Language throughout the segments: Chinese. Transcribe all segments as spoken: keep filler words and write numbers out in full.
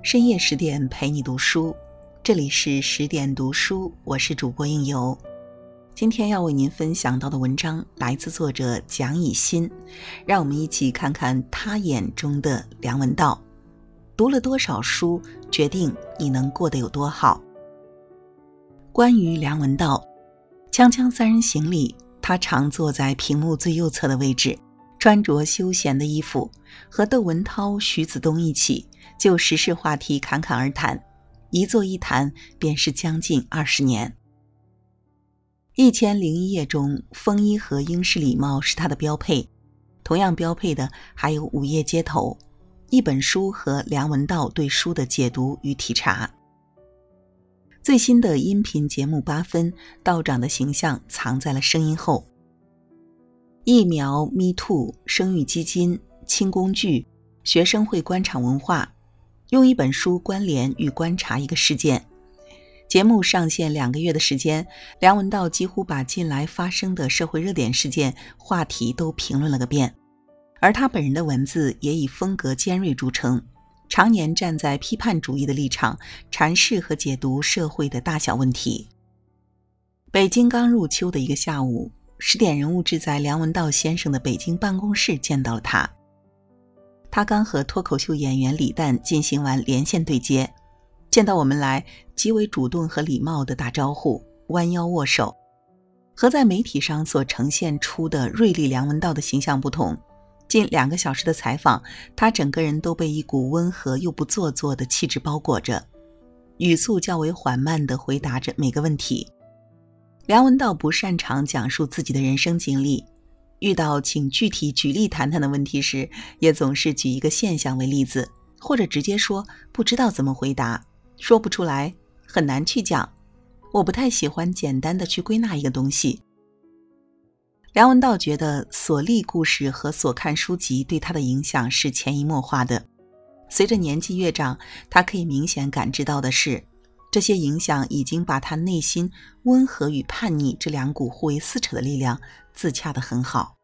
深夜十点陪你读书，这里是十点读书，我是主播应由。今天要为您分享到的文章来自作者蒋以欣，让我们一起看看他眼中的梁文道。读了多少书，决定你能过得有多好。关于梁文道，锵锵三人行里，他常坐在屏幕最右侧的位置，穿着休闲的衣服，和窦文涛、徐子东一起就时事话题侃侃而谈，一坐一谈便是将近二十年。一千零一夜中，风衣和英式礼帽是他的标配，同样标配的还有午夜街头，一本书和梁文道对书的解读与体察。最新的音频节目八分，道长的形象藏在了声音后。疫苗、Me Too、生育基金、轻工具、学生会官场文化，用一本书关联与观察一个事件。节目上线两个月的时间，梁文道几乎把近来发生的社会热点事件话题都评论了个遍，而他本人的文字也以风格尖锐著称，常年站在批判主义的立场，阐释和解读社会的大小问题。北京刚入秋的一个下午，十点人物志在梁文道先生的北京办公室见到了他。他刚和脱口秀演员李诞进行完连线对接，见到我们来，极为主动和礼貌地打招呼，弯腰握手。和在媒体上所呈现出的锐利梁文道的形象不同，近两个小时的采访，他整个人都被一股温和又不做作的气质包裹着，语速较为缓慢地回答着每个问题。梁文道不擅长讲述自己的人生经历，遇到请具体举例谈谈的问题时，也总是举一个现象为例子，或者直接说不知道怎么回答，说不出来，很难去讲。我不太喜欢简单的去归纳一个东西。梁文道觉得所历故事和所看书籍对他的影响是潜移默化的，随着年纪越长，他可以明显感知到的是，这些影响已经把他内心温和与叛逆这两股互为撕扯的力量自洽得很好。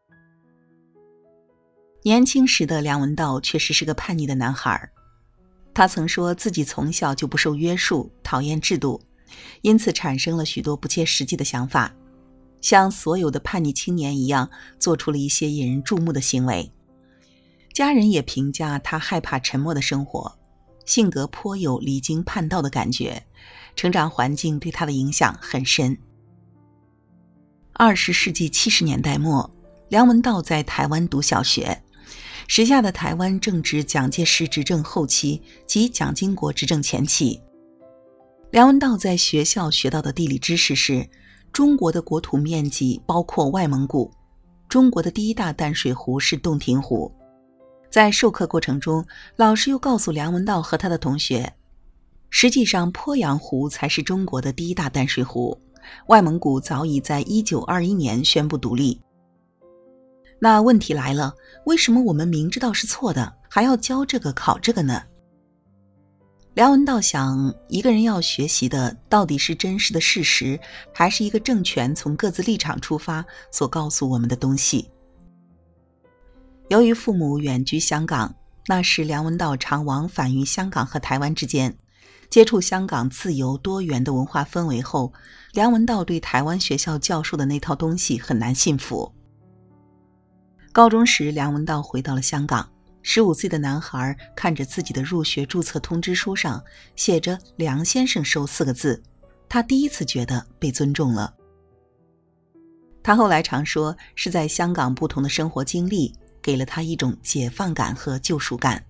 年轻时的梁文道确实是个叛逆的男孩，他曾说自己从小就不受约束，讨厌制度，因此产生了许多不切实际的想法，像所有的叛逆青年一样，做出了一些引人注目的行为。家人也评价他害怕沉默的生活，性格颇有离经叛道的感觉，成长环境对他的影响很深。二十世纪七十年代末，梁文道在台湾读小学，时下的台湾正值蒋介石执政后期及蒋经国执政前期。梁文道在学校学到的地理知识是，中国的国土面积包括外蒙古，中国的第一大淡水湖是洞庭湖。在授课过程中，老师又告诉梁文道和他的同学，实际上鄱阳湖才是中国的第一大淡水湖，外蒙古早已在一九二一年宣布独立。那问题来了，为什么我们明知道是错的，还要教这个考这个呢？梁文道想，一个人要学习的到底是真实的事实，还是一个政权从各自立场出发所告诉我们的东西？由于父母远居香港，那时梁文道常往返于香港和台湾之间，接触香港自由多元的文化氛围后，梁文道对台湾学校教授的那套东西很难信服。高中时，梁文道回到了香港，十五岁的男孩看着自己的入学注册通知书上写着梁先生收四个字，他第一次觉得被尊重了。他后来常说，是在香港不同的生活经历给了他一种解放感和救赎感。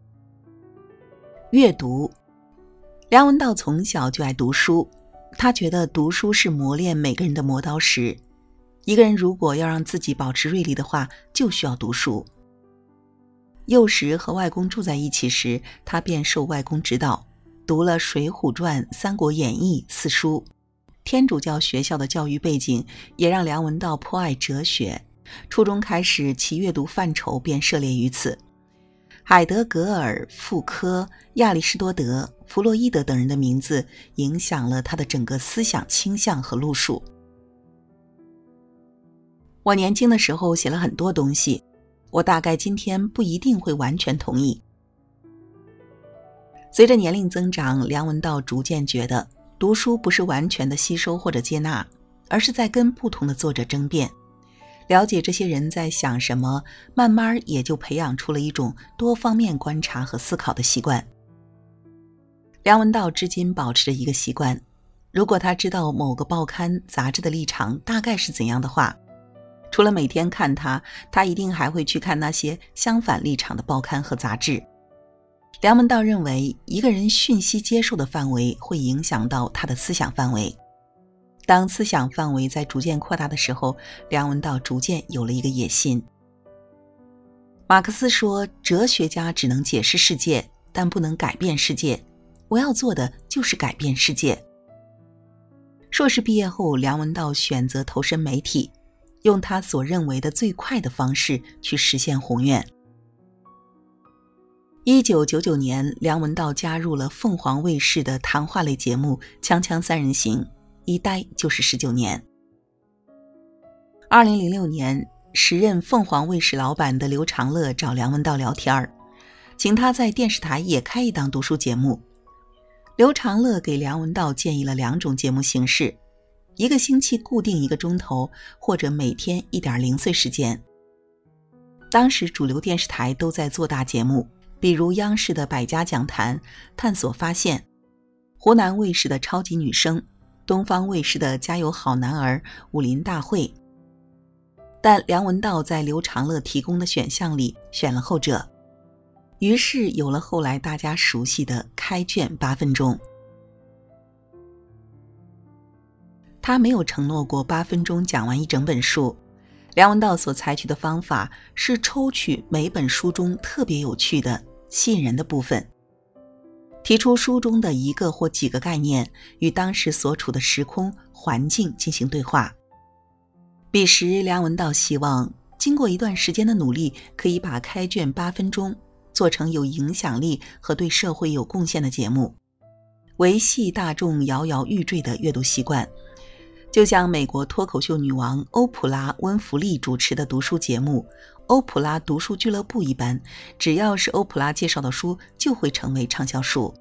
阅读，梁文道从小就爱读书，他觉得读书是磨练每个人的磨刀石，一个人如果要让自己保持锐利的话，就需要读书。幼时和外公住在一起时，他便受外公指导，读了《水浒传》《三国演义》四书。天主教学校的教育背景也让梁文道颇爱哲学，初中开始其阅读范畴便涉猎于此。海德格尔、傅科、亚里士多德、弗洛伊德等人的名字影响了他的整个思想倾向和路数。我年轻的时候写了很多东西，我大概今天不一定会完全同意。 随着年龄增长，梁文道逐渐觉得读书不是完全的吸收或者接纳，而是在跟不同的作者争辩，了解这些人在想什么，慢慢也就培养出了一种多方面观察和思考的习惯。梁文道至今保持着一个习惯，如果他知道某个报刊杂志的立场大概是怎样的话，除了每天看它，他一定还会去看那些相反立场的报刊和杂志。梁文道认为，一个人讯息接受的范围会影响到他的思想范围。当思想范围在逐渐扩大的时候，梁文道逐渐有了一个野心。马克思说，哲学家只能解释世界，但不能改变世界。我要做的就是改变世界。硕士毕业后，梁文道选择投身媒体，用他所认为的最快的方式去实现宏愿。一九九九年，梁文道加入了凤凰卫视的谈话类节目《锵锵三人行》，一待就是十九年。二零零六年，时任凤凰卫视老板的刘长乐找梁文道聊天，请他在电视台也开一档读书节目。刘长乐给梁文道建议了两种节目形式，一个星期固定一个钟头，或者每天一点零碎时间。当时主流电视台都在做大节目，比如央视的百家讲坛、探索发现，湖南卫视的超级女声，东方卫视的加油好男儿、武林大会。但梁文道在刘长乐提供的选项里选了后者，于是有了后来大家熟悉的开卷八分钟。他没有承诺过八分钟讲完一整本书，梁文道所采取的方法是抽取每本书中特别有趣的、吸引人的部分，提出书中的一个或几个概念，与当时所处的时空环境进行对话。彼时梁文道希望经过一段时间的努力，可以把开卷八分钟做成有影响力和对社会有贡献的节目，维系大众摇摇欲坠的阅读习惯。就像美国脱口秀女王欧普拉·温弗利主持的读书节目欧普拉读书俱乐部一般，只要是欧普拉介绍的书就会成为畅销书。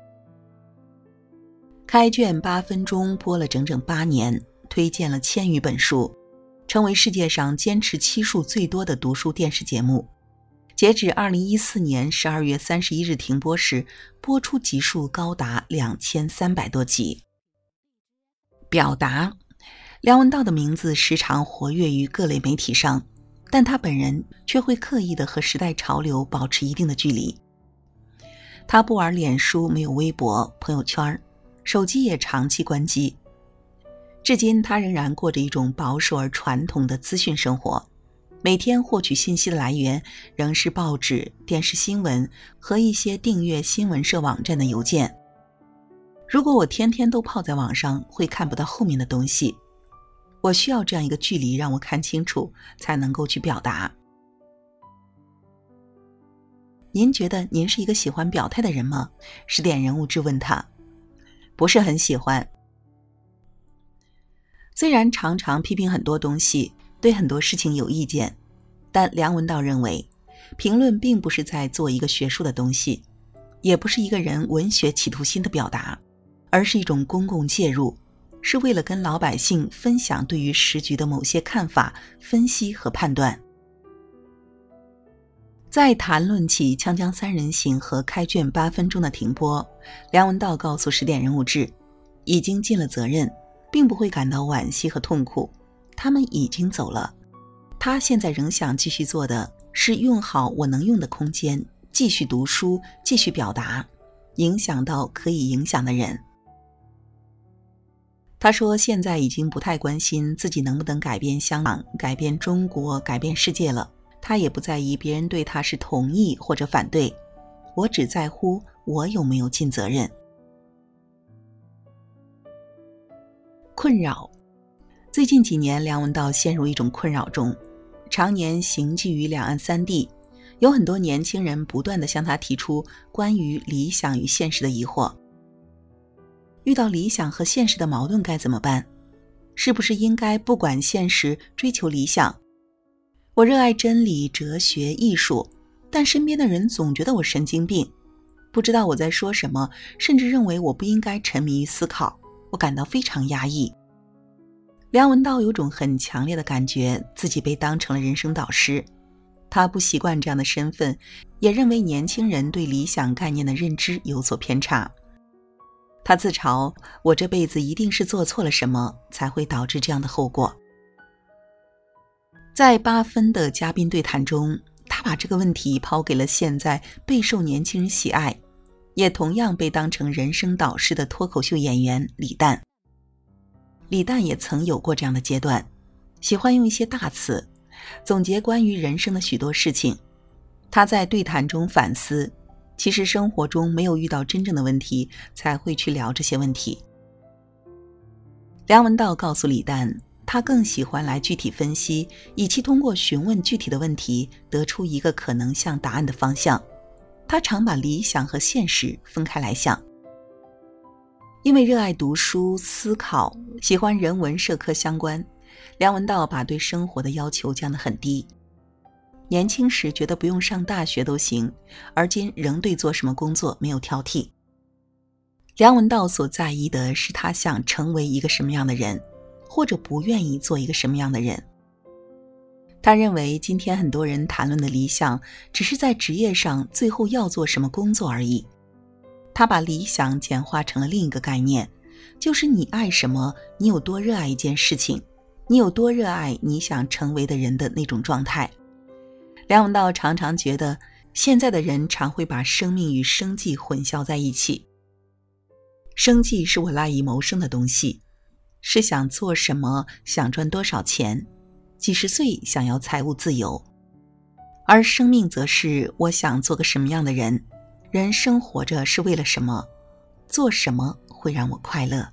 开卷八分钟播了整整八年，推荐了千余本书，成为世界上坚持期数最多的读书电视节目。截止二零一四年十二月三十一日停播时，播出集数高达两千三百多集。表达，梁文道的名字时常活跃于各类媒体上，但他本人却会刻意地和时代潮流保持一定的距离。他不玩脸书，没有微博、朋友圈，手机也长期关机。至今他仍然过着一种保守而传统的资讯生活，每天获取信息的来源仍是报纸、电视新闻和一些订阅新闻社网站的邮件。如果我天天都泡在网上，会看不到后面的东西。我需要这样一个距离，让我看清楚，才能够去表达。您觉得您是一个喜欢表态的人吗？十点人物质问他。不是很喜欢。虽然常常批评很多东西，对很多事情有意见，但梁文道认为，评论并不是在做一个学术的东西，也不是一个人文学企图心的表达，而是一种公共介入，是为了跟老百姓分享对于时局的某些看法、分析和判断。在谈论起《锵锵三人行》和开卷八分钟的停播，梁文道告诉十点人物志，已经尽了责任，并不会感到惋惜和痛苦，他们已经走了。他现在仍想继续做的是用好我能用的空间，继续读书，继续表达，影响到可以影响的人。他说现在已经不太关心自己能不能改变香港、改变中国、改变世界了，他也不在意别人对他是同意或者反对，我只在乎我有没有尽责任。困扰，最近几年梁文道陷入一种困扰中，常年行迹于两岸三地，有很多年轻人不断地向他提出关于理想与现实的疑惑。遇到理想和现实的矛盾该怎么办？是不是应该不管现实，追求理想？我热爱真理、哲学、艺术，但身边的人总觉得我神经病。 不知道我在说什么，甚至认为我不应该沉迷于思考，我感到非常压抑。梁文道有种很强烈的感觉，自己被当成了人生导师。他不习惯这样的身份，也认为年轻人对理想概念的认知有所偏差。他自嘲，我这辈子一定是做错了什么，才会导致这样的后果。在八分的嘉宾对谈中，他把这个问题抛给了现在备受年轻人喜爱，也同样被当成人生导师的脱口秀演员李诞。李诞也曾有过这样的阶段，喜欢用一些大词总结关于人生的许多事情。他在对谈中反思，其实生活中没有遇到真正的问题，才会去聊这些问题。梁文道告诉李诞，他更喜欢来具体分析，以期通过询问具体的问题，得出一个可能向答案的方向。他常把理想和现实分开来想。因为热爱读书、思考，喜欢人文社科相关，梁文道把对生活的要求降得很低。年轻时觉得不用上大学都行，而今仍对做什么工作没有挑剔。梁文道所在意的是他想成为一个什么样的人，或者不愿意做一个什么样的人。他认为今天很多人谈论的理想，只是在职业上最后要做什么工作而已。他把理想简化成了另一个概念，就是你爱什么，你有多热爱一件事情，你有多热爱你想成为的人的那种状态。梁文道常常觉得，现在的人常会把生命与生计混淆在一起。生计是我赖以谋生的东西，是想做什么，想赚多少钱，几十岁想要财务自由。而生命则是我想做个什么样的人，人生活着是为了什么，做什么会让我快乐。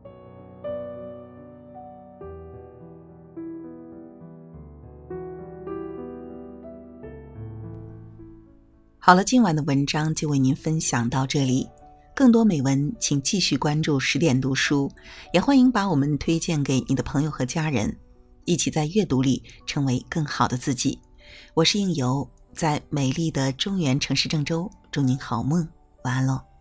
好了，今晚的文章就为您分享到这里。更多美文请继续关注十点读书，也欢迎把我们推荐给你的朋友和家人，一起在阅读里成为更好的自己。我是应由，在美丽的中原城市郑州，祝您好梦，晚安喽。